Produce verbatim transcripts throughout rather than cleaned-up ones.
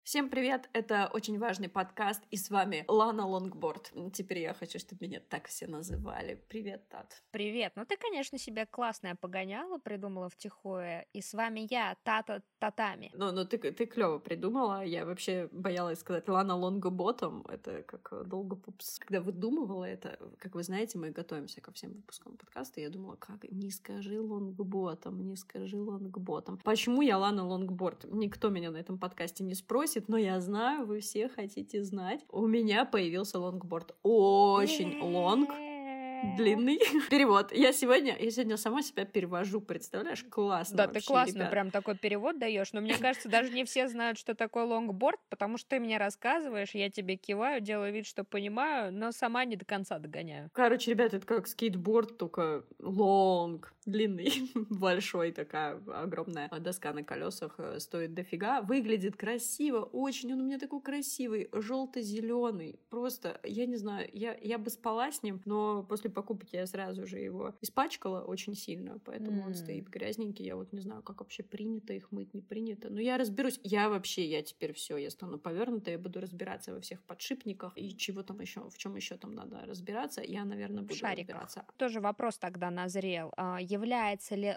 Всем привет! Это очень важный подкаст, и с вами Лана Лонгборд. Теперь я хочу, чтобы меня так все называли. Привет, Тат. Привет. Ну ты, конечно, себя классная погоняла, придумала втихую. И с вами я, Тата Татами. Ну, ну ты, ты клево придумала. Я вообще боялась сказать Лана Лонгботом. Это как долго пупс. Когда выдумывала это, как вы знаете, мы готовимся ко всем выпускам подкаста, я думала, как не скажи лонгботом, не скажи лонгботом. Почему я Лана Лонгборд? Никто меня на этом подкасте не спросит, но я знаю, вы все хотите знать. У меня появился лонгборд. Очень лонг. Длинный перевод. Я сегодня, я сегодня сама себя перевожу, представляешь? Классно. Да, вообще, ты классно ребят. Прям такой перевод даешь. Но мне кажется, даже не все знают, что такое лонгборд, потому что ты мне рассказываешь, я тебе киваю, делаю вид, что понимаю, но сама не до конца догоняю. Короче, ребята, это как скейтборд, только лонг, длинный, большой, такая огромная доска на колесах, стоит дофига. Выглядит красиво, очень. Он у меня такой красивый, желто-зеленый. Просто, я не знаю, я, я бы спала с ним, но после покупки я сразу же его испачкала очень сильно, поэтому mm. он стоит грязненький. Я вот не знаю, как вообще принято их мыть, не принято. Но я разберусь. Я вообще, я теперь все, я стану повернутой, я буду разбираться во всех подшипниках и чего там еще, в чем еще там надо разбираться. Я, наверное, буду Шариках. разбираться. Тоже вопрос тогда назрел. Является ли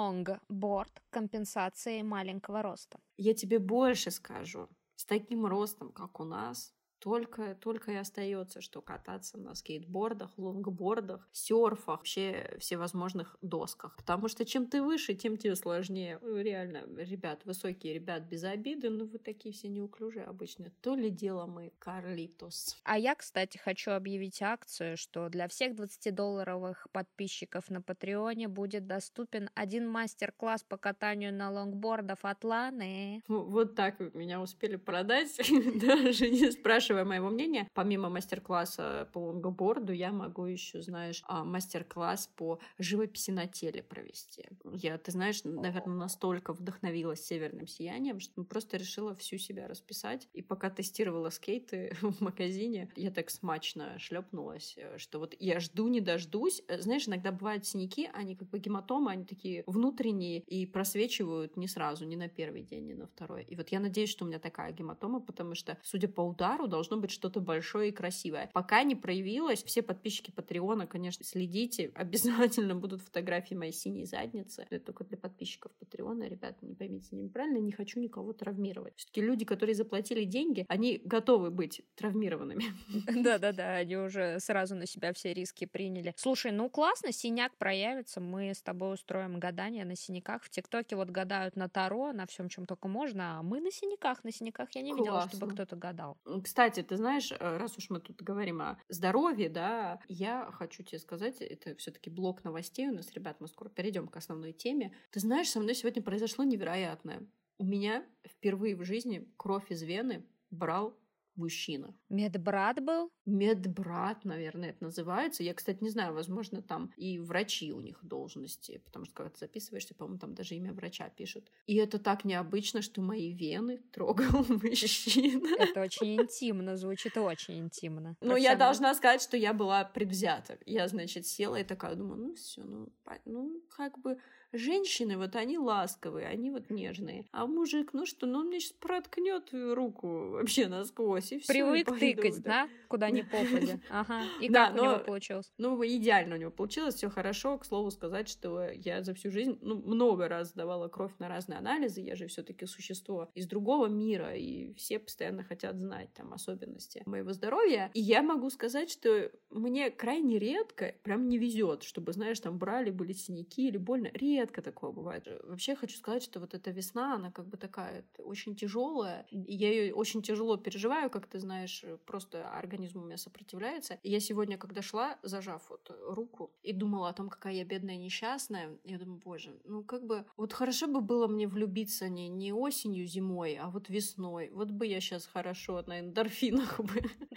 лонгборд компенсацией маленького роста? Я тебе больше скажу. С таким ростом, как у нас, Только, только и остается, что кататься на скейтбордах, лонгбордах, серфах, вообще всевозможных досках. Потому что чем ты выше, тем тебе сложнее. Реально, ребят, высокие ребят без обиды, но вы такие все неуклюжие обычно. То ли дело мы, Карлитос. А я, кстати, хочу объявить акцию, что для всех двадцатидолларовых подписчиков на Патреоне будет доступен один мастер-класс по катанию на лонгбордах от Ланы. Вот так меня успели продать, даже не спрашивая моего мнения. Помимо мастер-класса по лонгборду, я могу еще, знаешь, мастер-класс по живописи на теле провести. Я, ты знаешь, наверное, настолько вдохновилась «Северным сиянием», что просто решила всю себя расписать. И пока тестировала скейты в магазине, я так смачно шлепнулась, что вот я жду, не дождусь. Знаешь, иногда бывают синяки, они как бы гематомы, они такие внутренние и просвечивают не сразу, не на первый день, не на второй. И вот я надеюсь, что у меня такая гематома, потому что, судя по удару, должно быть что-то большое и красивое. Пока не проявилось, все подписчики Патреона, конечно, следите, обязательно будут фотографии моей синей задницы. Это только для подписчиков Патреона, ребята, не поймите неправильно, не хочу никого травмировать. Все-таки люди, которые заплатили деньги, они готовы быть травмированными. Да-да-да, они уже сразу на себя все риски приняли. Слушай, ну классно, синяк проявится, мы с тобой устроим гадание на синяках. В ТикТоке вот гадают на таро, на всем, чем только можно, а мы на синяках. На синяках я не видела, Классно. чтобы кто-то гадал. Кстати, ты знаешь, раз уж мы тут говорим о здоровье, да, я хочу тебе сказать, это все-таки блок новостей у нас, ребят, мы скоро перейдем к основной теме. Ты знаешь, со мной сегодня произошло невероятное. У меня впервые в жизни кровь из вены брал мужчина. Медбрат был? Медбрат, наверное, это называется. Я, кстати, не знаю, возможно, там и врачи у них должности, потому что когда ты записываешься, по-моему, там даже имя врача пишут. И это так необычно, что мои вены трогал мужчина. Это очень интимно, звучит очень интимно. Ну, я должна сказать, что я была предвзята. Я, значит, села и такая думаю, ну, все, ну, ну, как бы женщины, вот они ласковые, они вот нежные. А мужик, ну что, ну, он мне сейчас проткнет руку вообще насквозь, и все. Привык тыкать, да? Куда ни попадя. Ага. И да, как но, у него получилось? Ну, идеально у него получилось, все хорошо. К слову сказать, что я за всю жизнь ну, много раз сдавала кровь на разные анализы. Я же все-таки существо из другого мира, и все постоянно хотят знать там особенности моего здоровья. И я могу сказать, что мне крайне редко прям не везет, чтобы, знаешь, там брали, были синяки или больно. Редко такое бывает. Вообще хочу сказать, что вот эта весна, она как бы такая очень тяжелая, и я ее очень тяжело переживаю, как ты знаешь, просто организм у меня сопротивляется. И я сегодня, когда шла, зажав вот руку, и думала о том, какая я бедная несчастная, я думаю, боже, ну как бы, вот хорошо бы было мне влюбиться не, не осенью, зимой, а вот весной. Вот бы я сейчас хорошо на эндорфинах бы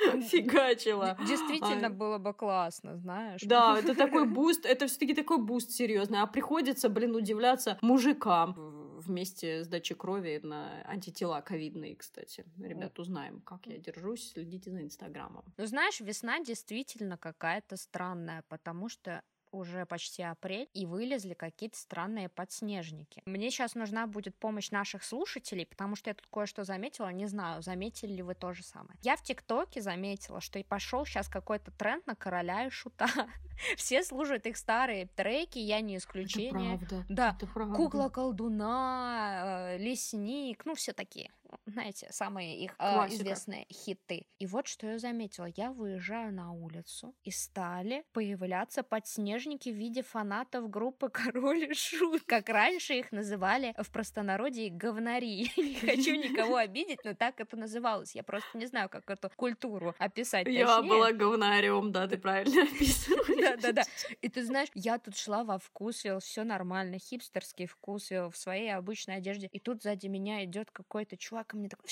фигачила. Действительно было бы классно, знаешь. Да, это такой буст, это все-таки такой буст серьезный. А приходится, блин, удивляться мужикам вместе с дачей крови на антитела ковидные, кстати. Ребят, узнаем, как я держусь. Следите за Инстаграмом. Ну, знаешь, весна действительно какая-то странная, потому что уже почти апрель, и вылезли какие-то странные подснежники. Мне сейчас нужна будет помощь наших слушателей, потому что я тут кое-что заметила, не знаю, заметили ли вы то же самое. Я в ТикТоке заметила, что и пошел сейчас какой-то тренд на Короля и Шута. Все слушают их старые треки, я не исключение. Это правда. Да, это правда. Кукла-колдуна, Лесник, ну все такие, знаете, самые их э, известные хиты. И вот что я заметила. Я выезжаю на улицу, и стали появляться подснежники в виде фанатов группы Король и Шут. Как раньше их называли в простонародье говнари. Не хочу никого обидеть, но так это называлось. Я просто не знаю, как эту культуру описать точнее. Я была говнарем, да, ты правильно описываешь. Да-да-да. И ты знаешь, я тут шла во вкусвилл, все нормально, хипстерский вкусвилл, в своей обычной одежде. И тут сзади меня идет какой-то чувак, и мне такой...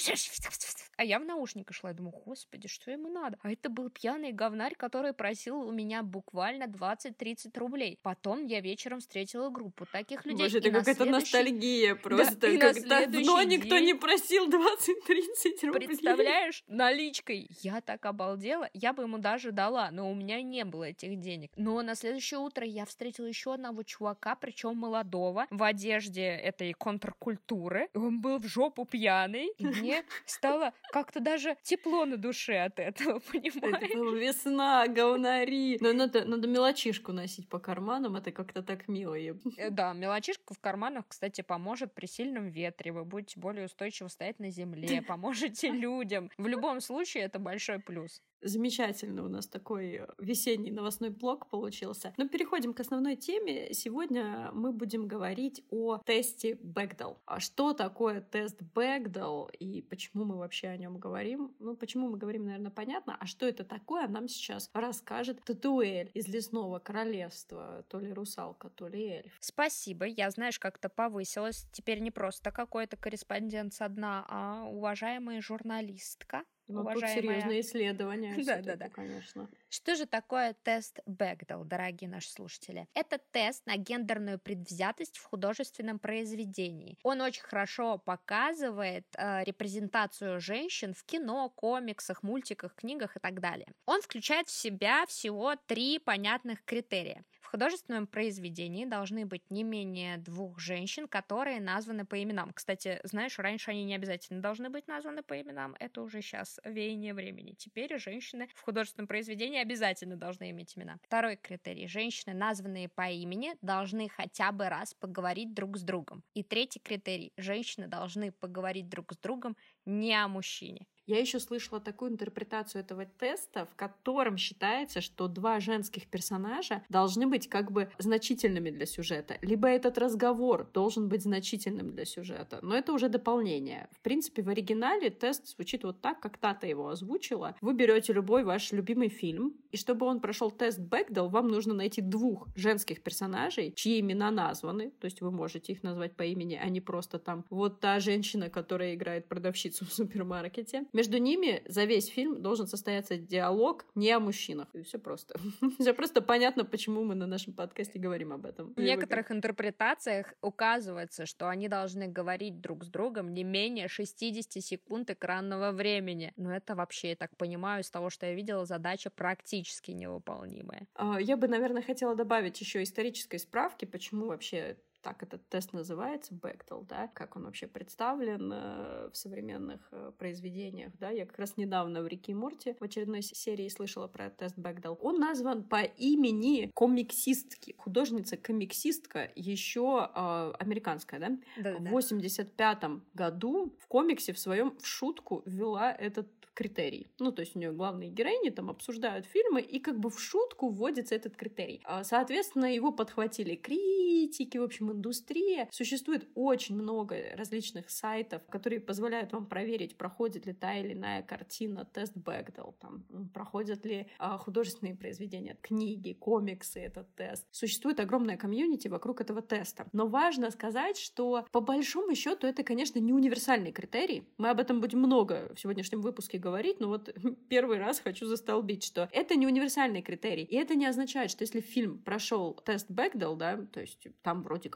А я в наушниках шла, я думаю, господи, что ему надо? А это был пьяный говнарь, который просил у меня буквально двадцать-тридцать рублей. Потом я вечером встретила группу таких людей. Боже, это какая-то следующий... ностальгия просто. Да, когда давно никто не просил двадцать-тридцать рублей. Представляешь, наличкой. Я так обалдела. Я бы ему даже дала, но у меня не было этих денег. Но на следующее утро я встретила еще одного чувака, причем молодого, в одежде этой контркультуры. Он был в жопу пьяный. И мне стало как-то даже тепло на душе от этого, понимаешь? Это была весна, говнари. Но надо, надо мелочишку носить по карманам, это как-то так мило. Да, мелочишка в карманах, кстати, поможет при сильном ветре. Вы будете более устойчиво стоять на земле, поможете людям. В любом случае, это большой плюс. Замечательно у нас такой весенний новостной блок получился. Но переходим к основной теме. Сегодня мы будем говорить о тесте Bechdel. А что такое тест Bechdel и почему мы вообще о нем говорим? Ну, почему мы говорим, наверное, понятно. А что это такое, нам сейчас расскажет Татуэль из Лесного Королевства. То ли русалка, то ли эльф. Спасибо. Я, знаешь, как-то повысилась. Теперь не просто какой-то корреспондент со дна, а уважаемая журналистка. Ну, уважаемая... тут серьезные исследования. Да, да, да. Конечно. Что же такое тест Bechdel, дорогие наши слушатели? Это тест на гендерную предвзятость в художественном произведении. Он очень хорошо показывает э, репрезентацию женщин в кино, комиксах, мультиках, книгах и так далее. Он включает в себя всего три понятных критерия. В художественном произведении должны быть не менее двух женщин, которые названы по именам. Кстати, знаешь, раньше они не обязательно должны быть названы по именам. Это уже сейчас веяние времени. Теперь женщины в художественном произведении обязательно должны иметь имена. Второй критерий. Женщины, названные по имени, должны хотя бы раз поговорить друг с другом. И третий критерий. Женщины должны поговорить друг с другом не о мужчине. Я еще слышала такую интерпретацию этого теста, в котором считается, что два женских персонажа должны быть как бы значительными для сюжета, либо этот разговор должен быть значительным для сюжета, но это уже дополнение. В принципе, в оригинале тест звучит вот так, как Тата его озвучила. Вы берете любой ваш любимый фильм, и чтобы он прошел тест Bechdel, вам нужно найти двух женских персонажей, чьи имена названы, то есть вы можете их назвать по имени, а не просто там вот та женщина, которая играет продавщицу в супермаркете. Между ними за весь фильм должен состояться диалог не о мужчинах. И все просто. Все просто понятно, почему мы на нашем подкасте говорим об этом. В некоторых интерпретациях указывается, что они должны говорить друг с другом не менее шестьдесят секунд экранного времени. Но это вообще, я так понимаю, из того, что я видела, задача практически невыполнимая. Я бы, наверное, хотела добавить еще исторической справки, почему вообще так этот тест называется, Bechdel, да, как он вообще представлен э, в современных э, произведениях, да, я как раз недавно в «Рике и Морти» в очередной серии слышала про тест Bechdel. Он назван по имени комиксистки, художница-комиксистка, еще э, американская, да? Да-да-да. В восемьдесят пятом году в комиксе в своем в шутку ввела этот критерий. Ну, то есть у нее главные героини там обсуждают фильмы, и как бы в шутку вводится этот критерий. Соответственно, его подхватили критики, в общем, индустрия. Существует очень много различных сайтов, которые позволяют вам проверить, проходит ли та или иная картина тест Bechdel, там, проходят ли а, художественные произведения, книги, комиксы этот тест. Существует огромная комьюнити вокруг этого теста. Но важно сказать, что по большому счету это, конечно, не универсальный критерий. Мы об этом будем много в сегодняшнем выпуске говорить, но вот первый раз хочу застолбить, что это не универсальный критерий. И это не означает, что если фильм прошел тест Bechdel, да, то есть там вроде как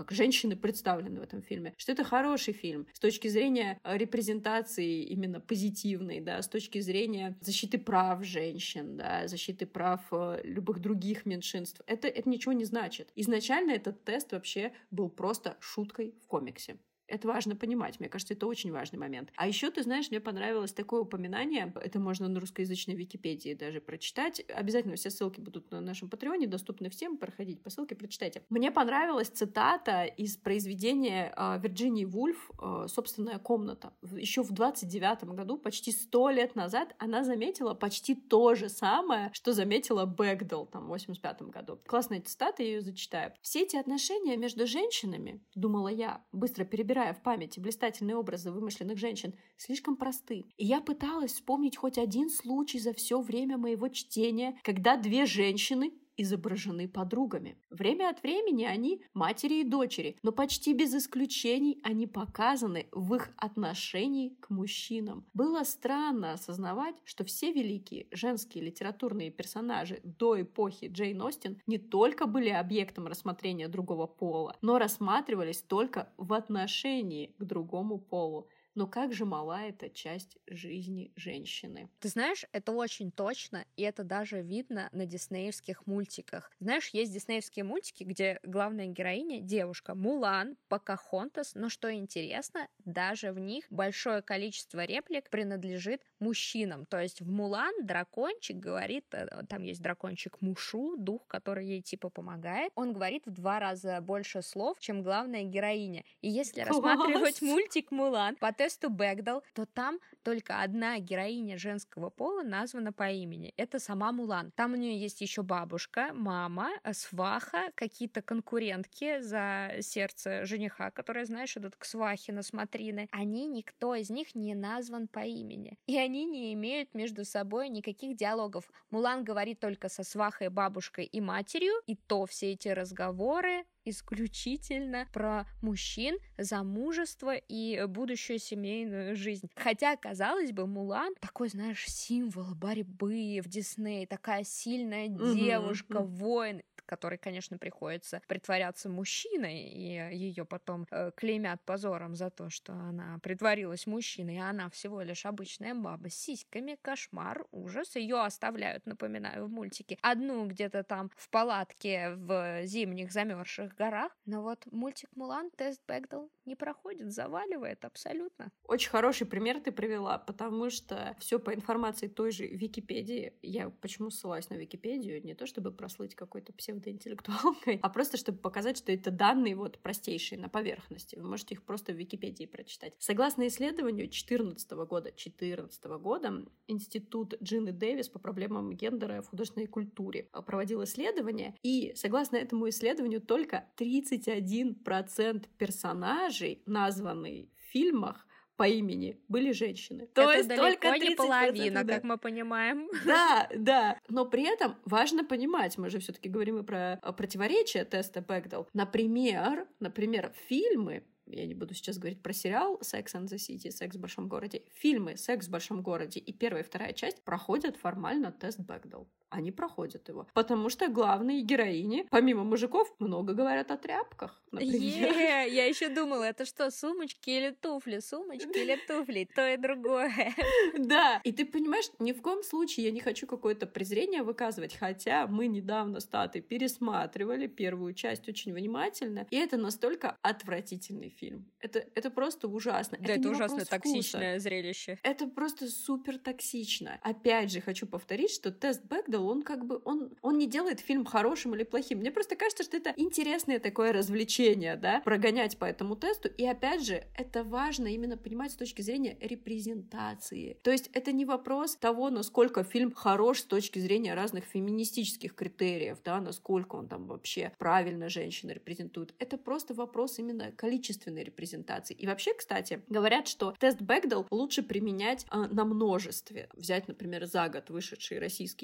как женщины представлены в этом фильме, что это хороший фильм с точки зрения репрезентации именно позитивной, да, с точки зрения защиты прав женщин, да, защиты прав любых других меньшинств. Это, это ничего не значит. Изначально этот тест вообще был просто шуткой в комиксе. Это важно понимать. Мне кажется, это очень важный момент. А еще, ты знаешь, мне понравилось такое упоминание. Это можно на русскоязычной Википедии даже прочитать. Обязательно все ссылки будут на нашем Патреоне, доступны всем. Проходите по ссылке, прочитайте. Мне понравилась цитата из произведения э, Вирджинии Вульф э, «Собственная комната». Еще в двадцать девятом году, почти сто лет назад, она заметила почти то же самое, что заметила Бэгдал там, в восемьдесят пятом году. Классная цитата, я ее зачитаю. «Все эти отношения между женщинами, думала я, быстро перебирая в памяти блистательные образы вымышленных женщин, слишком просты. И я пыталась вспомнить хоть один случай за все время моего чтения, когда две женщины изображены подругами. Время от времени они матери и дочери, но почти без исключений они показаны в их отношении к мужчинам. Было странно осознавать, что все великие женские литературные персонажи до эпохи Джейн Остин не только были объектом рассмотрения другого пола, но рассматривались только в отношении к другому полу. Но как же мала эта часть жизни женщины». Ты знаешь, это очень точно, и это даже видно на диснеевских мультиках. Знаешь, есть диснеевские мультики, где главная героиня — девушка. Мулан, Покахонтас, но что интересно, даже в них большое количество реплик принадлежит мужчинам. То есть в Мулан дракончик говорит, там есть дракончик Мушу, дух, который ей типа помогает, он говорит в два раза больше слов, чем главная героиня. И если Класс! рассматривать мультик Мулан по тесту Бэгдал, то там только одна героиня женского пола названа по имени. Это сама Мулан. Там у нее есть еще бабушка, мама, сваха, какие-то конкурентки за сердце жениха, которые, знаешь, идут к свахе на смотрины. Они, никто из них не назван по имени. И они не имеют между собой никаких диалогов. Мулан говорит только со свахой, бабушкой и матерью, и то все эти разговоры исключительно про мужчин, замужество и будущую семейную жизнь. Хотя, казалось бы, Мулан такой, знаешь, символ борьбы в Дисней, такая сильная девушка, mm-hmm. воин, которой, конечно, приходится притворяться мужчиной, и ее потом э, клеймят позором за то, что она притворилась мужчиной, а она всего лишь обычная баба с сиськами, кошмар, ужас. Ее оставляют, напоминаю, в мультике. Одну где-то там в палатке в зимних замерзших горах. Но вот мультик Мулан тест Бэгдал не проходит, заваливает абсолютно. Очень хороший пример ты привела, потому что все по информации той же Википедии. Я почему ссылаюсь на Википедию? Не то чтобы прослыть какой-то псевдоинтеллектуалкой, а просто чтобы показать, что это данные вот простейшие на поверхности. Вы можете их просто в Википедии прочитать. Согласно исследованию две тысячи четырнадцатого года, две тысячи четырнадцатого года Институт Джины Дэвис по проблемам гендера в художественной культуре проводил исследование, и согласно этому исследованию только тридцать один процент персонажей, названных в фильмах по имени, были женщины. То это есть только не половина, да. Как мы понимаем. Да, да. Но при этом важно понимать, мы же все-таки говорим и про противоречия теста Бэгдал. Например, например, фильмы, я не буду сейчас говорить про сериал «Sex and the City», «Секс в большом городе», фильмы «Секс в большом городе» и первая и вторая часть проходят формально тест Бэгдал. Они проходят его. Потому что главные героини, помимо мужиков, много говорят о тряпках, например. Yeah, я еще думала, это что, сумочки или туфли? Сумочки или туфли? То и другое. Да. И ты понимаешь, ни в коем случае я не хочу какое-то презрение выказывать, хотя мы недавно с Татой пересматривали первую часть очень внимательно, и это настолько отвратительный фильм. Это, это просто ужасно. Да, это, это ужасно токсичное зрелище. Это просто супер токсично. Опять же, хочу повторить, что тест Бэгдал, он как бы, он, он не делает фильм хорошим или плохим. Мне просто кажется, что это интересное такое развлечение, да, прогонять по этому тесту. И опять же, это важно именно понимать с точки зрения репрезентации. То есть это не вопрос того, насколько фильм хорош с точки зрения разных феминистических критериев, да, насколько он там вообще правильно женщин репрезентует. Это просто вопрос именно количественной репрезентации. И вообще, кстати, говорят, что тест Бэгдал лучше применять а, на множестве. Взять, например, за год вышедшие российские фильмы,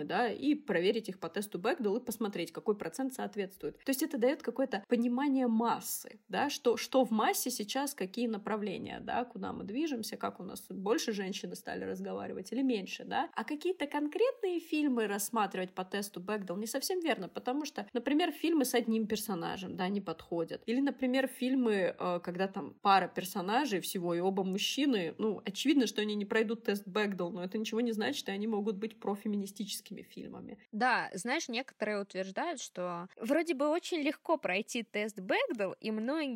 фильмы, да, и проверить их по тесту Бекдел и посмотреть, какой процент соответствует. То есть это дает какое-то понимание массы, да, что, что в массе сейчас, какие направления, да, куда мы движемся, как у нас больше женщины стали разговаривать или меньше, да. А какие-то конкретные фильмы рассматривать по тесту Бекдел не совсем верно, потому что, например, фильмы с одним персонажем, да, не подходят. Или, например, фильмы, когда там пара персонажей всего и оба мужчины, ну, очевидно, что они не пройдут тест Бекдел, но это ничего не значит, и они могут быть профеминистическими фильмами. Да, знаешь, некоторые утверждают, что вроде бы очень легко пройти тест Бекдел, и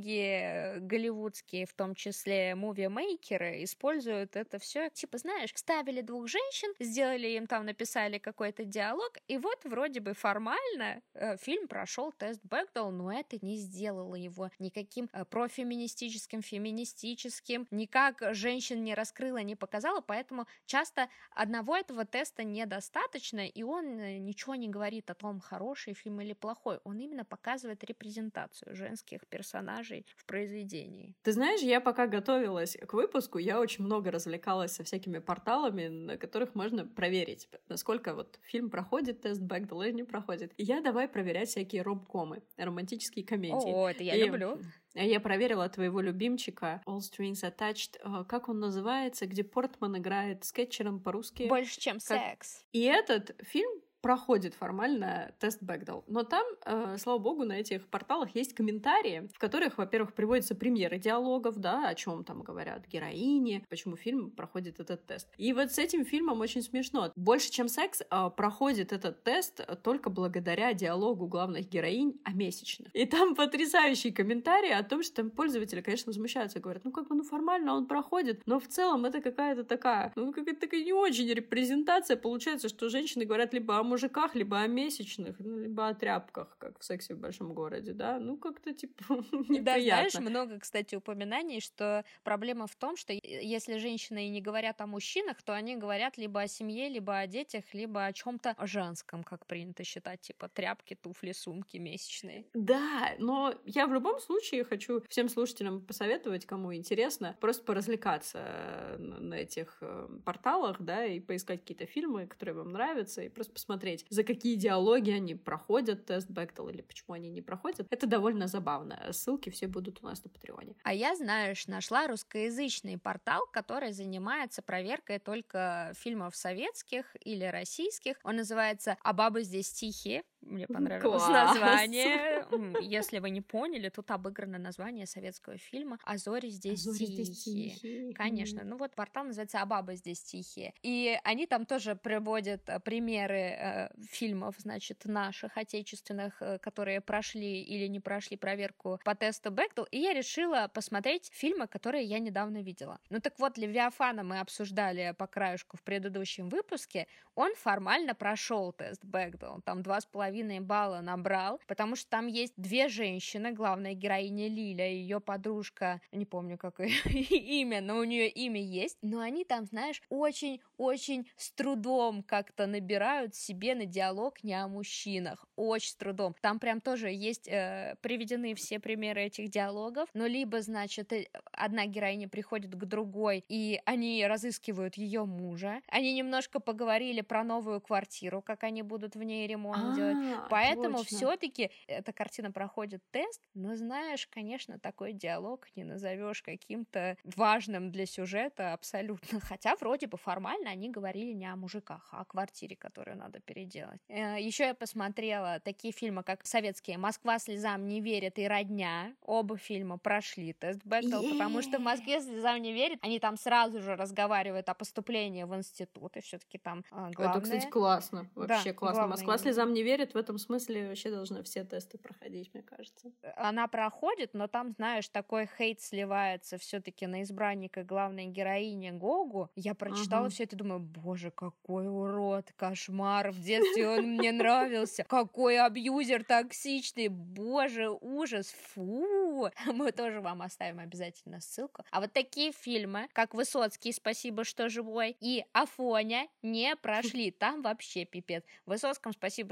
многие голливудские, в том числе муви-мейкеры, используют это все, типа, знаешь, ставили двух женщин, сделали им там, написали какой-то диалог, и вот вроде бы формально э, фильм прошел тест Бекдел, но это не сделало его никаким э, профеминистическим, феминистическим, никак женщин не раскрыло, не показало, поэтому часто одного этого теста недостаточно, и он ничего не говорит о том, хороший фильм или плохой. Он именно показывает репрезентацию женских персонажей в произведении. Ты знаешь, я пока готовилась к выпуску, я очень много развлекалась со всякими порталами, на которых можно проверить, насколько вот фильм проходит тест Бекдел или не проходит. И я давай проверять всякие ром-комы, романтические комедии. О, это я и... люблю. Я проверила твоего любимчика All Strings Attached, как он называется, где Портман играет с Кетчером по-русски. Больше, чем как... секс. И этот фильм проходит формально тест Бекдел. Но там, э, слава богу, на этих порталах есть комментарии, в которых, во-первых, приводятся примеры диалогов, да, о чем там говорят героини, почему фильм проходит этот тест. И вот с этим фильмом очень смешно. Больше, чем секс, э, проходит этот тест только благодаря диалогу главных героинь о месячных. И там потрясающие комментарии о том, что там пользователи, конечно, возмущаются, говорят, ну как бы, ну формально он проходит, но в целом это какая-то такая, ну какая-то такая не очень репрезентация. Получается, что женщины говорят либо о мужиках, либо о месячных, ну, либо о тряпках, как в «Сексе в большом городе», да, ну, как-то, типа, неприятно. Да, знаешь, много, кстати, упоминаний, что проблема в том, что если женщины и не говорят о мужчинах, то они говорят либо о семье, либо о детях, либо о чем-то женском, как принято считать, типа тряпки, туфли, сумки месячные. Да, но я в любом случае хочу всем слушателям посоветовать, кому интересно, просто поразвлекаться на этих порталах, да, и поискать какие-то фильмы, которые вам нравятся, и просто посмотреть, за какие диалоги они проходят тест Бекдел или почему они не проходят. Это довольно забавно. Ссылки все будут у нас на Патреоне. А я, знаешь, нашла русскоязычный портал, который занимается проверкой только фильмов советских или российских. Он называется «А бабы здесь тихие». Мне понравилось Класс. название. Если вы не поняли, тут обыграно название советского фильма «А зори здесь, а зори тихие». здесь тихие. Конечно. Ну вот портал называется «А бабы здесь тихие». И они там тоже приводят примеры э, фильмов, значит, наших, отечественных, э, которые прошли или не прошли проверку по тесту Бекдел. И я решила посмотреть фильмы, которые я недавно видела. Ну так вот, «Левиафана» мы обсуждали по краешку в предыдущем выпуске. Он формально прошел тест Бекдел. Там два с половиной балла набрал, потому что там есть две женщины, главная героиня Лиля и ее подружка, не помню какое имя, но у нее имя есть, но они там, знаешь, очень-очень с трудом как-то набирают себе на диалог не о мужчинах, очень с трудом. Там прям тоже есть э, приведены все примеры этих диалогов, но либо, значит, одна героиня приходит к другой, и они разыскивают ее мужа, они немножко поговорили про новую квартиру, как они будут в ней ремонт делать. Поэтому все-таки эта картина проходит тест, но знаешь, конечно, такой диалог не назовешь каким-то важным для сюжета абсолютно. Хотя вроде бы формально они говорили не о мужиках, а о квартире, которую надо переделать. Еще я посмотрела такие фильмы, как советские «Москва слезам не верит» и «Родня». Оба фильма прошли тест Бекдел, yeah. потому что в «Москве слезам не верит» они там сразу же разговаривают о поступлении в институт, и все-таки там главное... Это, кстати, классно. Вообще да, классно. Главное... «Москва слезам не верит» в этом смысле вообще должны все тесты проходить, мне кажется. Она проходит, но там, знаешь, такой хейт сливается все-таки на избранника главной героини Гогу. Я прочитала ага. все это и думаю, боже, какой урод, кошмар, в детстве он мне нравился, какой абьюзер токсичный, боже, ужас, фу. Мы тоже вам оставим обязательно ссылку. А вот такие фильмы, как «Высоцкий, спасибо, что живой», и «Афоня» не прошли. Там вообще пипец. В «Высоцком, спасибо, что живой»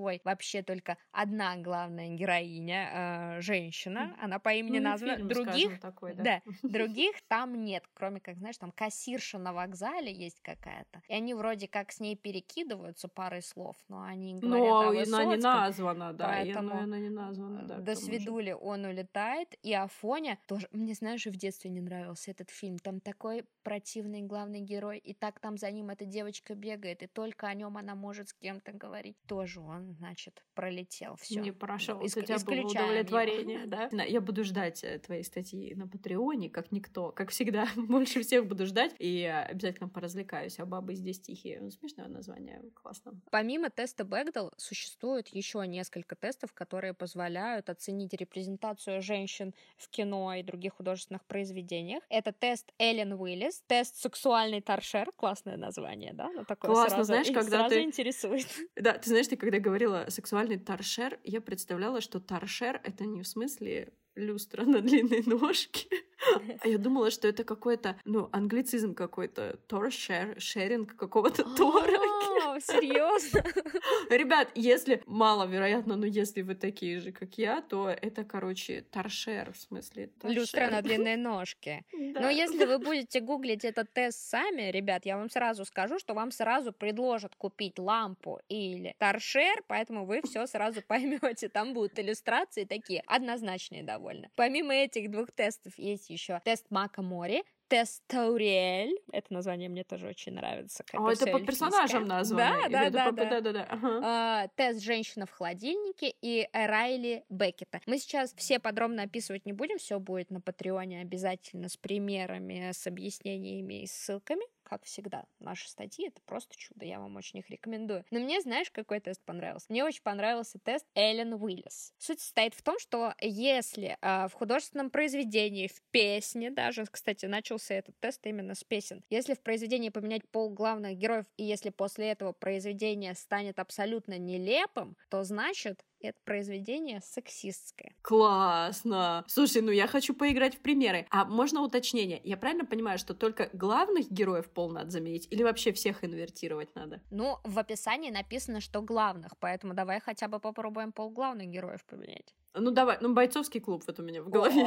мировой вообще только одна главная героиня, э, женщина, она по имени Ну, названа. фильм, Других, скажем, такой, да. да, других там нет, кроме как, знаешь, там кассирша на вокзале есть какая-то, и они вроде как с ней перекидываются парой слов, но они говорят Но о она не Высоцком, названа, да, и поэтому она, она не названа, э, да, к до тому же. свидули он улетает, и Афоня тоже, мне, знаешь, и в детстве не нравился этот фильм, там такой противный главный герой, и так там за ним эта девочка бегает, и только о нем она может с кем-то говорить. Тоже он, значит, пролетел. Все. Не прошел. Иск- Вот у тебя было исключаем его. удовлетворение, да? На- Я буду ждать э, твоей статьи на Патреоне, как никто. Как всегда, больше всех буду ждать. И э, обязательно поразвлекаюсь. А бабы здесь тихие. Ну, смешное название, классно. Помимо теста Бэгдал существует еще несколько тестов, которые позволяют оценить репрезентацию женщин в кино и других художественных произведениях. Это тест Эллен Уиллис, тест сексуальный торшер, классное название, да? Ну, такое Классно, сразу, знаешь, и когда сразу ты- интересует. Да, ты знаешь, ты когда говорила сексуальный торшер, я представляла, что торшер — это не в смысле люстра на длинной ножке, а я думала, что это какой-то, ну, англицизм какой-то, торшер, шеринг какого-то тора. А, серьезно? Ребят, если, маловероятно, но если вы такие же, как я, то это, короче, торшер, в смысле торшер. Люстра на длинной ножке. Да. Но если вы будете гуглить этот тест сами, ребят, я вам сразу скажу, что вам сразу предложат купить лампу или торшер, поэтому вы все сразу поймете. Там будут иллюстрации такие однозначные довольно. Помимо этих двух тестов есть еще тест Мака Мори, тест Тауриэль. Это название мне тоже очень нравится. О, это по персонажам названо. Да, да, Или это да, по- да. да-да-да. Ага. А, тест «Женщина в холодильнике» и Райли Беккета. Мы сейчас все подробно описывать не будем, все будет на Патреоне обязательно с примерами, с объяснениями и ссылками. Как всегда, наши статьи — это просто чудо, я вам очень их рекомендую. Но мне, знаешь, какой тест понравился? Мне очень понравился тест Эллен Уиллис. Суть состоит в том, что если э, в художественном произведении, в песне даже, кстати, начался этот тест именно с песен, если в произведении поменять пол главных героев, и если после этого произведение станет абсолютно нелепым, то значит, это произведение сексистское. Классно. Слушай, ну я хочу поиграть в примеры. А можно уточнение? Я правильно понимаю, что только главных героев пол надо заменить? Или вообще всех инвертировать надо? Ну, в описании написано, что главных, поэтому давай хотя бы попробуем пол главных героев поменять. Ну давай, ну бойцовский клуб вот у меня в голове.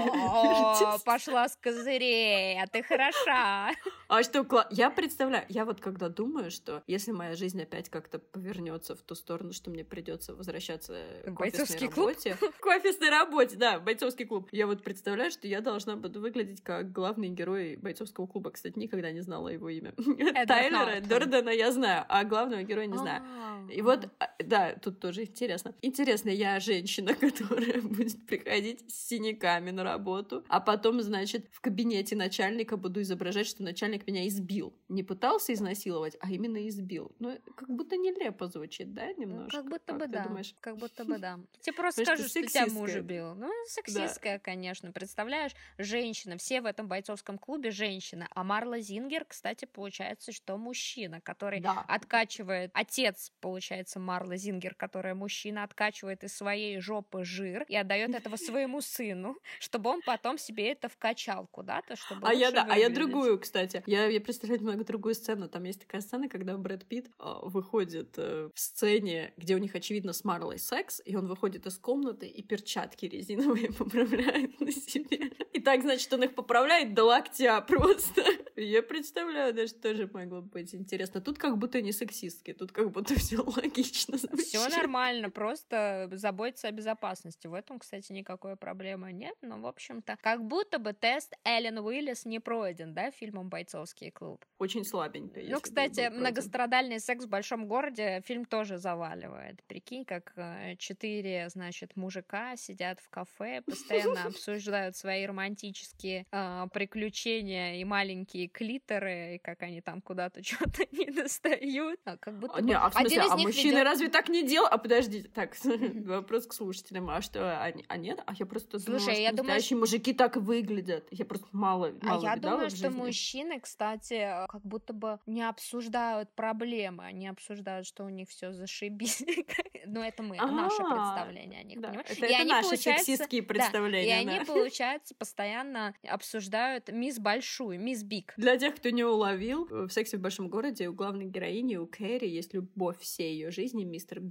О, пошла с козырей, а ты хороша. А что, кла- я представляю, я вот когда думаю, что если моя жизнь опять как-то повернется в ту сторону, что мне придется возвращаться к Бойцовский офисной клуб? работе. К офисной работе, да, бойцовский клуб. Я вот представляю, что я должна буду выглядеть как главный герой бойцовского клуба. Кстати, никогда не знала его имя. Тайлера Нортон. Дордена я знаю, а главного героя не знаю. А, И вот, а, да, тут тоже интересно. Интересно, я женщина, которая будет приходить с синяками на работу, а потом, значит, в кабинете начальника буду изображать, что начальник меня избил. Не пытался изнасиловать, а именно избил. Ну, как будто нелепо звучит, да, ну, немножко? как будто бы ты да. думаешь? Как будто бы да. Тебе просто Потому что скажут, что тебя сексистская. муж бил. Ну, сексистская, конечно. Представляешь, женщина. Все в этом бойцовском клубе женщина. А Марла Зингер, кстати, получается, что мужчина, который Да. откачивает... Отец, получается, Марла Зингер, которая мужчина, откачивает из своей жопы жир и отдает этого своему сыну, чтобы он потом себе это вкачал куда-то, чтобы А я, лучше да, а я выглядеть. другую, кстати. Я, я представляю немного другую сцену. Там есть такая сцена, когда Брэд Питт э, выходит э, в сцене, где у них, очевидно, с Марлой секс, и он выходит из комнаты и перчатки резиновые поправляет на себе. И так, значит, он их поправляет до локтя просто. Я представляю, даже тоже могло быть интересно. Тут как будто не сексистки, тут как будто все логично звучит. Все нормально, просто заботиться о безопасности. В этом, кстати, никакой проблемы нет. Но, в общем-то, как будто бы тест Эллен Уиллис не пройден, да, фильмом «Бойцовский клуб». Очень слабенько. Ну, кстати, многострадальный секс в большом городе фильм тоже заваливает. Прикинь, как э, четыре, значит, мужика сидят в кафе, постоянно обсуждают свои романтические э, приключения и маленькие клиторы, и как они там куда-то что-то не достают. А как будто А, бы не, а в смысле, один из а них мужчины ведёт- разве так не делают? А подождите, так, вопрос к слушателям. А что, они, а нет? А я просто думала, Слушай, что я думаю, настоящие мужики так выглядят. Я просто мало, А мало я видала думаю, в что жизни. мужчины, кстати, как будто бы не обсуждают проблемы, они обсуждают, что у них все зашибись. Ну, это мы, наше А, представление о них, да, понимаешь? это- И это они, наши получается, сексистские да, представления, И да. они, получается, постоянно обсуждают мисс Большую, мисс Биг. Для тех, кто не уловил, в «Сексе в большом городе» у главной героини, у Кэрри, есть любовь всей ее жизни, мистер Биг.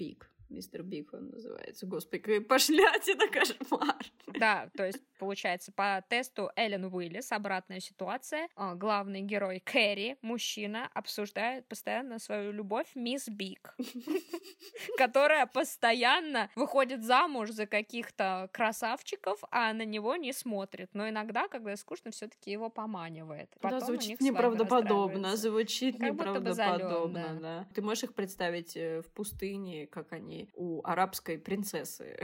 Мистер Биг он называется. Господи, какая пошлятина, кошмар. Да, то есть, получается, по тесту Эллен Уиллис обратная ситуация. Главный герой Кэрри, мужчина, обсуждает постоянно свою любовь мисс Биг, которая постоянно выходит замуж за каких-то красавчиков, а на него не смотрит. Но иногда, когда скучно, все-таки его поманивает. Да, звучит неправдоподобно. Звучит как неправдоподобно, да. Ты можешь их представить в пустыне, как они у арабской принцессы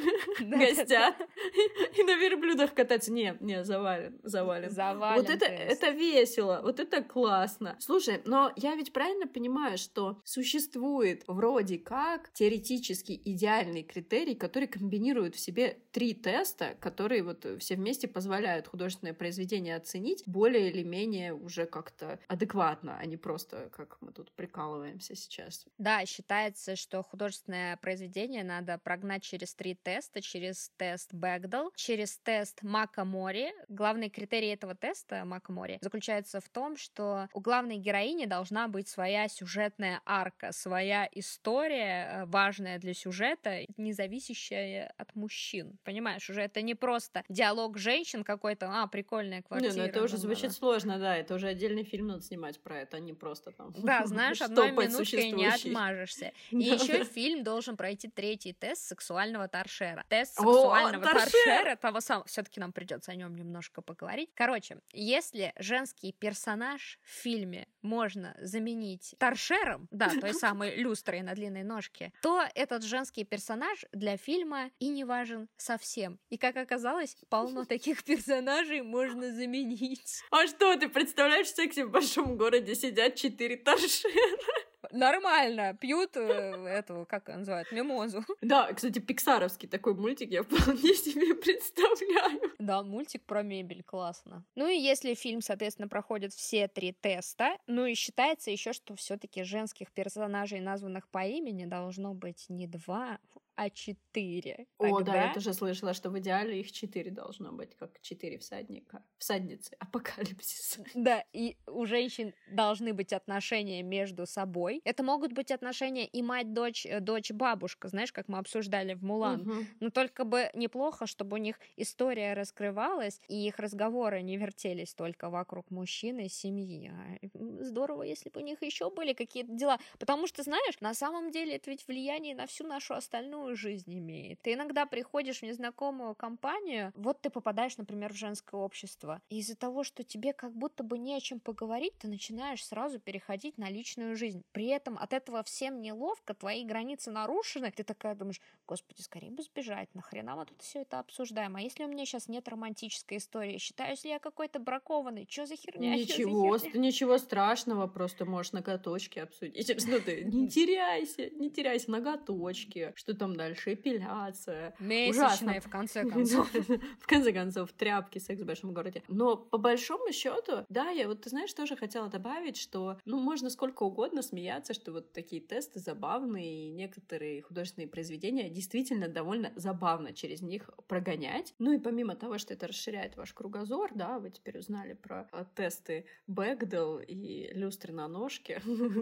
гостят и на верблюдах кататься. Не, не, завален, завален. Завален. Вот это, это весело, вот это классно. Слушай, но я ведь правильно понимаю, что существует вроде как теоретически идеальный критерий, который комбинирует в себе три теста, которые вот все вместе позволяют художественное произведение оценить более или менее уже как-то адекватно, а не просто как мы тут прикалываемся сейчас. Да, считается, что художественное произведение надо прогнать через три теста, через тест Бэгдал, через тест Макамори. Главный критерий этого теста Макамори заключается в том, что у главной героини должна быть своя сюжетная арка, своя история, важная для сюжета, не зависящая от мужчин. Понимаешь, уже это не просто диалог женщин какой-то, а, прикольная квартира. Не, ну это уже звучит сложно, да, это уже отдельный фильм надо снимать про это, а не просто там... Да, знаешь, одной минуткой не отмажешься. И еще фильм должен пройти третий тест сексуального торшера. Тест сексуального торшера, того самого, все-таки нам придется о нем немножко поговорить. Короче, если женский персонаж в фильме можно заменить торшером, да, той самой люстрой на длинной ножке, то этот женский персонаж для фильма и не важен совсем. И, как оказалось, полно таких персонажей можно заменить. А что, ты представляешь, в «Сексе в большом городе» сидят четыре торшера? Нормально, пьют э, эту, как ее называют, мимозу. Да, кстати, пиксаровский такой мультик я вполне себе представляю. Да, мультик про мебель, классно. Ну и если фильм, соответственно, проходит все три теста, ну и считается еще, что все-таки женских персонажей, названных по имени, должно быть не два, а четыре. О, Тогда... да, я тоже слышала, что в идеале их четыре должно быть, как четыре всадника. Всадницы апокалипсиса. Да, и у женщин должны быть отношения между собой. Это могут быть отношения и мать-дочь, дочь-бабушка, знаешь, как мы обсуждали в «Мулан». Угу. Но только бы неплохо, чтобы у них история раскрывалась, и их разговоры не вертелись только вокруг мужчины и семьи. Здорово, если бы у них еще были какие-то дела. Потому что, знаешь, на самом деле это ведь влияние на всю нашу остальную жизнь имеет. Ты иногда приходишь в незнакомую компанию, вот ты попадаешь, например, в женское общество, и из-за того, что тебе как будто бы не о чем поговорить, ты начинаешь сразу переходить на личную жизнь. При этом от этого всем неловко, твои границы нарушены, ты такая думаешь, господи, скорее бы сбежать, нахрена мы тут все это обсуждаем? А если у меня сейчас нет романтической истории? Считаюсь ли я какой-то бракованный? Что за херня? Ничего, за херня? ничего страшного, просто можешь ноготочки обсудить. Ну ты не теряйся, не теряйся, ноготочки, что там дальше, эпиляция. Месячные, в конце концов. В конце концов, тряпки, секс в большом городе. Но по большому счету, да, я вот, ты знаешь, тоже хотела добавить, что, ну, можно сколько угодно смеяться, что вот такие тесты забавные, и некоторые художественные произведения действительно довольно забавно через них прогонять. Ну и помимо того, что это расширяет ваш кругозор, да, вы теперь узнали про тесты Бэгдал и люстры на ножке.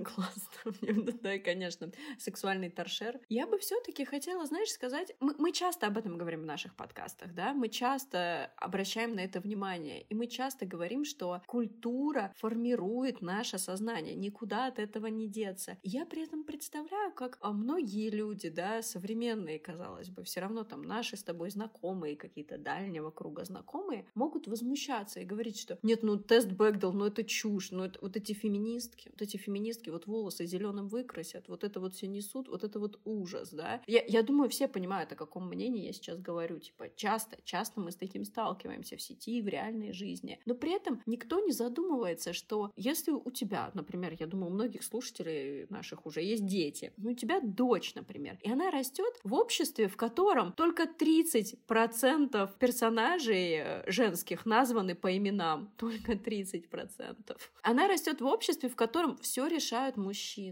Классно. Да, и, конечно, сексуальный торшер. Я бы все-таки хотела, знаешь, сказать, мы, мы часто об этом говорим в наших подкастах, да, мы часто обращаем на это внимание, и мы часто говорим, что культура формирует наше сознание, никуда от этого не деться. И я при этом представляю, как многие люди, да, современные, казалось бы, все равно там наши с тобой знакомые, какие-то дальнего круга знакомые, могут возмущаться и говорить, что нет, ну тест Бэгдал, ну это чушь, ну это вот эти феминистки, вот эти феминистки вот волосы зеленым выкрасят, вот это вот все несут, вот это вот ужас, да. Я, я думаю, все понимают, о каком мнении я сейчас говорю. Типа, часто, часто мы с таким сталкиваемся в сети и в реальной жизни. Но при этом никто не задумывается, что если у тебя, например, я думаю, у многих слушателей наших уже есть дети, ну, у тебя дочь, например, и она растет в обществе, в котором только тридцать процентов персонажей женских названы по именам. Только тридцать процентов. Она растет в обществе, в котором все решают мужчины.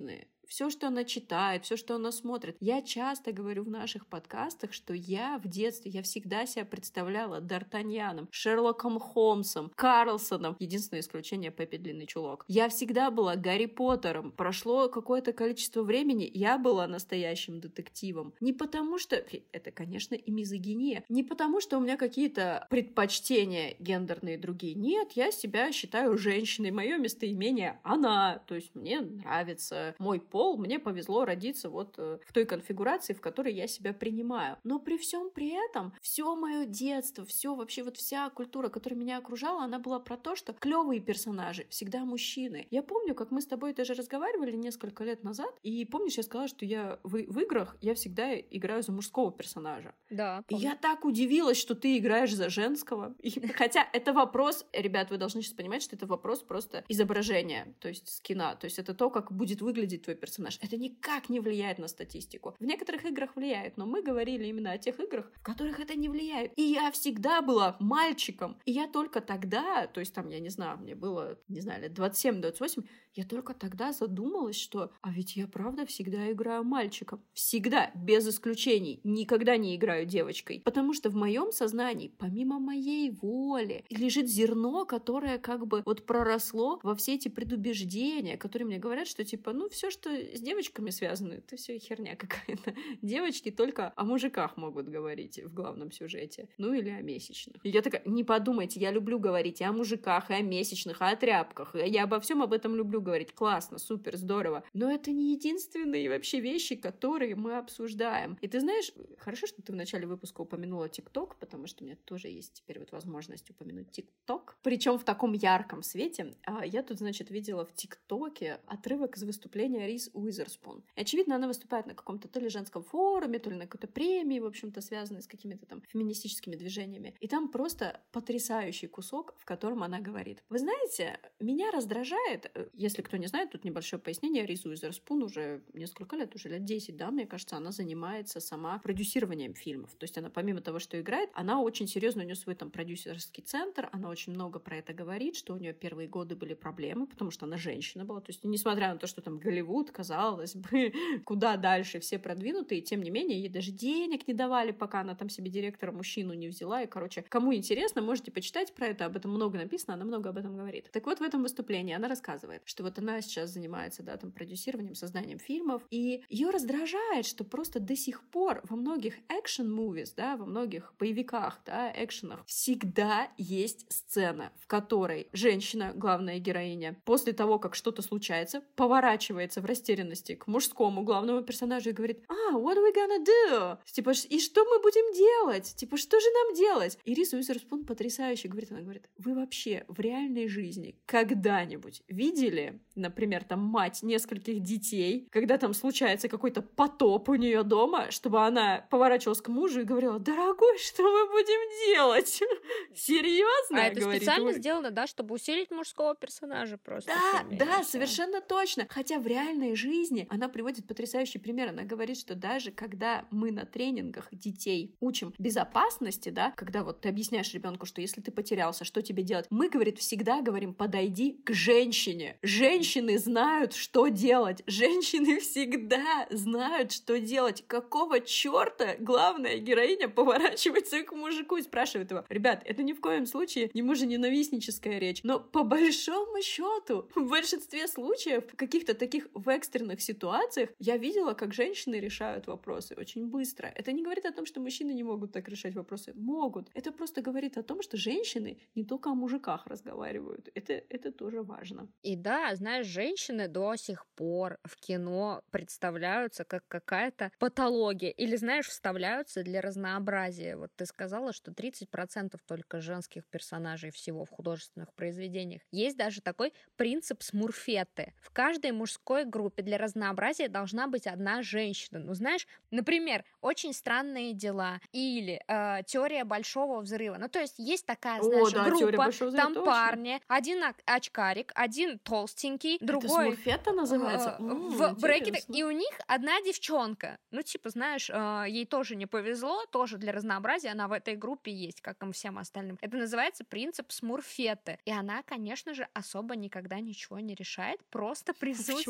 все, что она читает, все, что она смотрит. Я часто говорю в наших подкастах, что я в детстве, я всегда себя представляла Д'Артаньяном, Шерлоком Холмсом, Карлсоном. Единственное исключение — Пеппи Длинный Чулок. Я всегда была Гарри Поттером. Прошло какое-то количество времени, я была настоящим детективом. Не потому что... Это, конечно, и мизогиния. Не потому что у меня какие-то предпочтения гендерные другие. Нет, я себя считаю женщиной. Мое местоимение — она. То есть мне нравится мой пол. Мне повезло родиться вот в той конфигурации, в которой я себя принимаю. Но при всем при этом все мое детство, все вообще вот вся культура, которая меня окружала, она была про то, что клевые персонажи всегда мужчины. Я помню, как мы с тобой даже разговаривали несколько лет назад, и помнишь, я сказала, что я в, в играх я всегда играю за мужского персонажа. Да, помню. И я так удивилась, что ты играешь за женского. И, хотя это вопрос, ребят, вы должны сейчас понимать, что это вопрос просто изображения, то есть скина, то есть это то, как будет выглядеть твой персонаж. Это никак не влияет на статистику. В некоторых играх влияет, но мы говорили именно о тех играх, в которых это не влияет. И я всегда была мальчиком. И я только тогда, то есть там, я не знаю, мне было, не знаю, лет двадцать семь двадцать восемь, я только тогда задумалась, что, а ведь я правда всегда играю мальчиком. Всегда, без исключений. Никогда не играю девочкой. Потому что в моем сознании, помимо моей воли, лежит зерно, которое как бы вот проросло во все эти предубеждения, которые мне говорят, что типа, ну, все, что с девочками связано, это все херня какая-то. Девочки только о мужиках могут говорить в главном сюжете. Ну, или о месячных. И я такая, не подумайте, я люблю говорить и о мужиках, и о месячных, и о тряпках. Я обо всем об этом люблю говорить. Классно, супер, здорово. Но это не единственные вообще вещи, которые мы обсуждаем. И ты знаешь, хорошо, что ты в начале выпуска упомянула ТикТок, потому что у меня тоже есть теперь вот возможность упомянуть ТикТок. Причем в таком ярком свете. Я тут, значит, видела в ТикТоке отрывок из выступления Риз Уизерспун. И, очевидно, она выступает на каком-то то ли женском форуме, то ли на какой-то премии, в общем-то, связанной с какими-то там феминистическими движениями. И там просто потрясающий кусок, в котором она говорит: вы знаете, меня раздражает, если кто не знает, тут небольшое пояснение, Риз Уизерспун уже несколько лет, уже лет десять, да, мне кажется, она занимается сама продюсированием фильмов. То есть она, помимо того, что играет, она очень серьезно, у нее свой там продюсерский центр, она очень много про это говорит, что у нее первые годы были проблемы, потому что она женщина была. То есть, несмотря на то, что там Голливуд, казалось бы, куда дальше, все продвинутые, тем не менее, ей даже денег не давали, пока она там себе директора мужчину не взяла. И, короче, кому интересно, можете почитать про это, об этом много написано, она много об этом говорит. Так вот, в этом выступлении она рассказывает, что вот она сейчас занимается, да, там, продюсированием, созданием фильмов, и ее раздражает, что просто до сих пор во многих экшен-мувис, да, во многих боевиках, да, экшенах всегда есть сцена, в которой женщина, главная героиня, после того, как что-то случается, поворачивается в растерянности к мужскому главному персонажу и говорит: а, what are we gonna do? Типа, и что мы будем делать? Типа, что же нам делать? И Риз Уизерспун потрясающе говорит, она говорит: вы вообще в реальной жизни когда-нибудь видели, например, там, мать нескольких детей, когда там случается какой-то потоп у нее дома, чтобы она поворачивалась к мужу и говорила: дорогой, что мы будем делать? Серьезно? А это говорит, специально вы... сделано, да, чтобы усилить мужского персонажа просто. Да, да, совершенно точно. Хотя в реальной жизни она приводит потрясающий пример. Она говорит, что даже когда мы на тренингах детей учим безопасности, да, когда вот ты объясняешь ребенку, что если ты потерялся, что тебе делать, мы, говорит, всегда говорим: подойди к женщине. Женщины знают, что делать. Женщины всегда знают, что делать. Какого черта главная героиня поворачивается к мужику и спрашивает его: ребят, это ни в коем случае не мужененавистническая речь, но по большому счету в большинстве случаев, в каких-то таких в экстренных ситуациях, я видела, как женщины решают вопросы очень быстро. Это не говорит о том, что мужчины не могут так решать вопросы. Могут. Это просто говорит о том, что женщины не только о мужиках разговаривают. Это, это тоже важно. И да, знаешь, женщины до сих пор в кино представляются как какая-то патология. Или, знаешь, вставляются для разнообразия. Вот ты сказала, что тридцать процентов только женских персонажей всего в художественных произведениях. Есть даже такой принцип смурфетты. В каждой мужской группе для разнообразия должна быть одна женщина. Ну, знаешь, например, «Очень странные дела» или э, «Теория большого взрыва». Ну, то есть есть такая, знаешь, О, да, группа, там взрыва, парни, один очкарик, один толстенький, другой... Это смурфетта называется? Э, М, в брекетах, интересно. и у них одна девчонка. Ну, типа, знаешь, э, ей тоже не повезло, тоже для разнообразия она в этой группе есть, как и всем остальным. Это называется принцип смурфетты. И она, конечно же, особо никогда ничего не решает, просто присутствует Почему это не для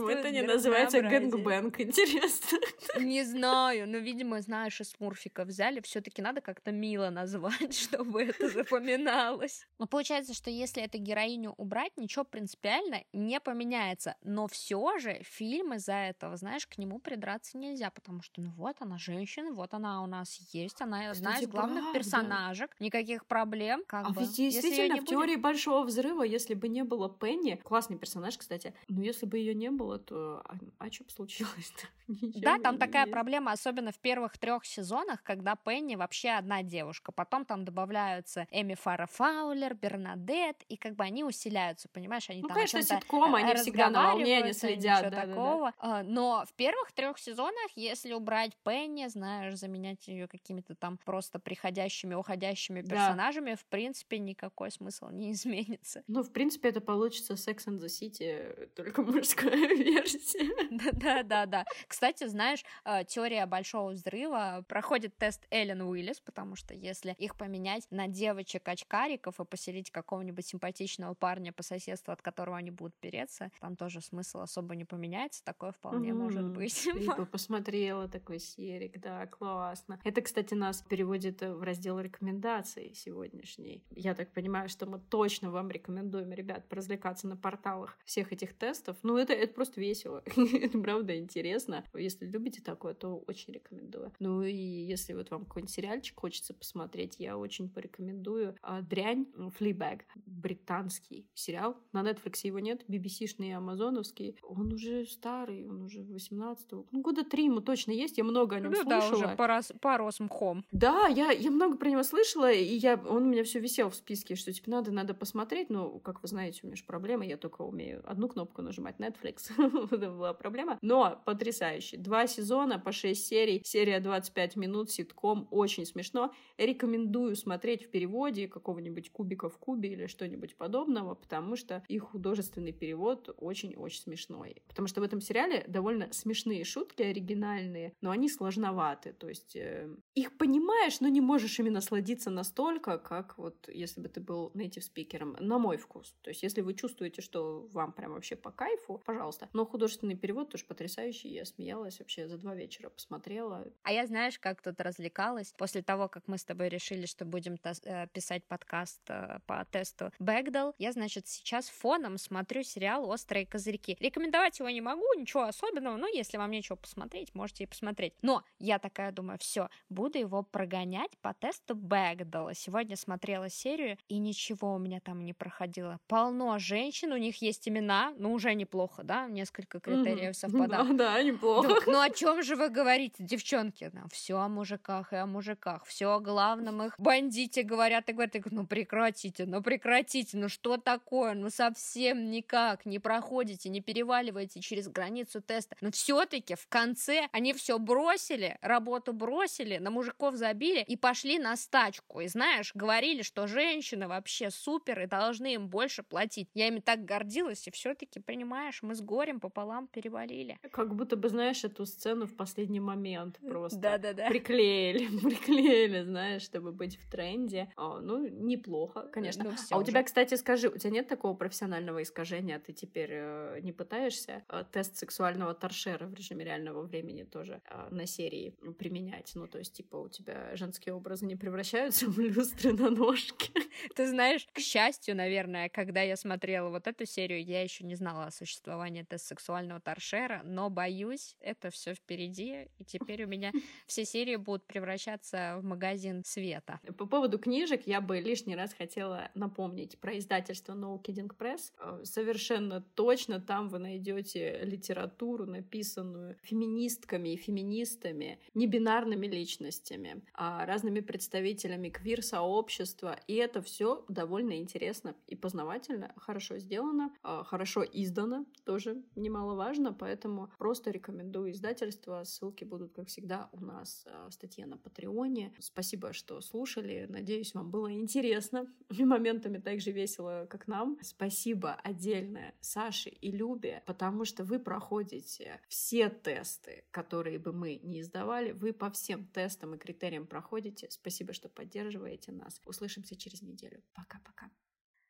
называется гэнгбэнг, интересно. Не знаю, но, видимо, знаешь, из смурфиков взяли, все-таки надо как-то мило назвать, чтобы это запоминалось. Но получается, что если эту героиню убрать, ничего принципиально не поменяется. Но все же фильм из-за этого, знаешь, к нему придраться нельзя, потому что, ну вот, она женщина, вот она у нас есть, она одна из главных правда. персонажек, никаких проблем. Как а бы. ведь действительно, в теории будет... Большого взрыва, если бы не было Пенни, классный персонаж, кстати, но если бы ее не было, то а, а что бы случилось-то? Да, там такая есть. Проблема, особенно в первых трех сезонах, когда Пенни вообще одна девушка. Потом там добавляются Эми Фара Фаулер, Бернадет, и как бы они усиляются, понимаешь? Они ну, там конечно, ситком, они всегда на волне, они следят. Да, такого. Да, да. Но в первых трех сезонах, если убрать Пенни, знаешь, заменять ее какими-то там просто приходящими, уходящими персонажами, да. в принципе, никакой смысл не изменится. Ну, в принципе, это получится Sex and the City, только мужская версия. Да-да-да. Кстати, знаешь, теория Большого взрыва проходит тест Эллен Уиллис, потому что если их поменять на девочек-очкариков и поселить какого-нибудь симпатичного парня по соседству, от которого они будут переться, там тоже смысл особо не поменяется, такое вполне mm-hmm. может быть. Ты бы посмотрела такой серик, да, классно. Это, кстати, нас переводит в раздел рекомендаций сегодняшний. Я так понимаю, что мы точно вам рекомендуем, ребят, поразвлекаться на порталах всех этих тестов. Ну, это, это просто весело. Это правда интересно. Если любите такое, то очень рекомендую. Ну и если вот вам какой-нибудь сериальчик хочется посмотреть, я очень порекомендую «Дрянь», «Fleabag», британский сериал. На Netflix его нет, би би си-шный и амазоновский. Он уже старый, он уже восемнадцатого. Ну, года три ему точно есть, я много о нем ну, слышала. Да, уже порос, порос мхом. Да, я, я много про него слышала, и я, он у меня все висел в списке, что типа надо, надо посмотреть. Ну, как вы знаете, у меня же проблема, я только умею одну кнопку нажимать, Netflix. Это была проблема. Но потрясающе. Два сезона по шесть серий, серия двадцать пять минут, ситком, очень смешно. Рекомендую смотреть в переводе какого-нибудь «Кубика в кубе» или что-нибудь подобного, потому что их художественный перевод очень-очень смешной. Потому что в этом сериале довольно смешные шутки, оригинальные, но они сложноваты. То есть э, их понимаешь, но не можешь ими насладиться настолько, как вот если бы ты был native спикером, на мой вкус. То есть если вы чувствуете, что вам прям вообще по кайфу, пожалуйста. Но художественный перевод тоже потрясающий. Я смеялась вообще за два вечера, посмотрела. А я, знаешь, как тут развлекалась? После того, как мы с тобой решили, что будем тас- писать подкаст э, по тесту Бэгдал, я, значит, сейчас фоном смотрю сериал «Острые козырьки». Рекомендовать его не могу, ничего особенного, но если вам нечего посмотреть, можете и посмотреть. Но я такая думаю, все, буду его прогонять по тесту Бэгдала. Сегодня смотрела серию, и ничего у меня там не проходило. Полно женщин, у них есть имена, ну уже неплохо, да, несколько критериев mm-hmm. совпадают. Да, да, неплохо. Думаю, ну о чем же вы говорите, девчонки? Ну, все о мужиках и о мужиках, все о главном их бандите говорят и говорят. Я говорю, ну прекратите, ну прекратите, ну что такое? Ну совсем никак не проходите, не переваливаете через границу теста. Но все-таки в конце они все бросили, работу бросили, на мужиков забили и пошли на стачку. И знаешь, говорили, что женщины вообще супер и должны им больше платить. Я ими так гордилась, и все-таки, понимаешь, мы с горем пополам перевалили. Как будто бы, знаешь, эту сцену в последний момент просто Да-да-да. приклеили, приклеили, знаешь, чтобы быть в тренде. О, ну, неплохо, конечно. Ну, а у уже. тебя, кстати, скажи, у тебя нет такого профессионального искажения? Ты теперь э, не пытаешься э, тест сексуального торшера в режиме реального времени тоже э, на серии применять? Ну, то есть, типа, у тебя женские образы не превращаются в люстры на ножки? Ты знаешь, к счастью, наверное, когда я смотрела вот эту серию, я еще не знала о существовании теста сексуального торшера, но, боюсь, это все впереди, и теперь у меня все серии будут превращаться в магазин света. По поводу книжек я бы лишний раз хотела напомнить про издательство No Kidding Press. Совершенно точно там вы найдете литературу, написанную феминистками и феминистами, небинарными личностями, разными представителями квир-сообщества, и это все довольно интересно и познавательно, хорошо сделано, хорошо издано, тоже немаловажно, поэтому просто рекомендую издательство. Ссылки будут, как всегда, у нас в статье на Патреоне. Спасибо, что слушали. Надеюсь, вам было интересно. И моментами так же весело, как нам. Спасибо отдельное Саше и Любе, потому что вы проходите все тесты, которые бы мы не издавали. Вы по всем тестам и критериям проходите. Спасибо, что поддерживаете нас. Услышимся через неделю. Пока-пока.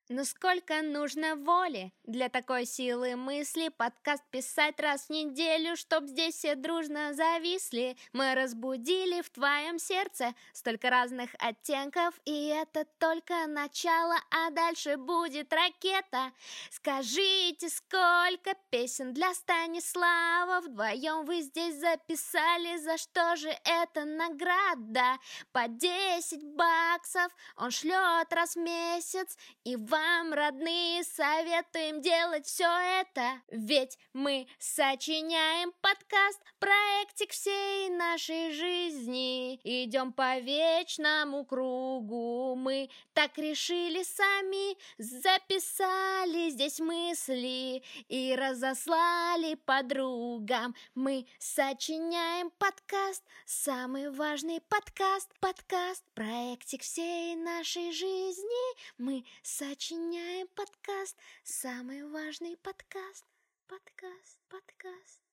Ну сколько нужно воли для такой силы мысли подкаст писать раз в неделю, чтоб здесь все дружно зависли. Мы разбудили в твоем сердце столько разных оттенков, и это только начало, а дальше будет ракета. Скажите, сколько песен для Станислава вдвоем вы здесь записали, за что же это награда? По десять баксов он шлет раз в месяц, и вам, родные, советуем делать все это. Ведь мы сочиняем подкаст, проектик всей нашей жизни. Идем по вечному кругу, мы так решили сами, записали здесь мысли и разослали подругам. Мы сочиняем подкаст, самый важный подкаст, подкаст, проектик всей нашей жизни. Мы сочиняем подкаст, самый важный подкаст, подкаст, подкаст.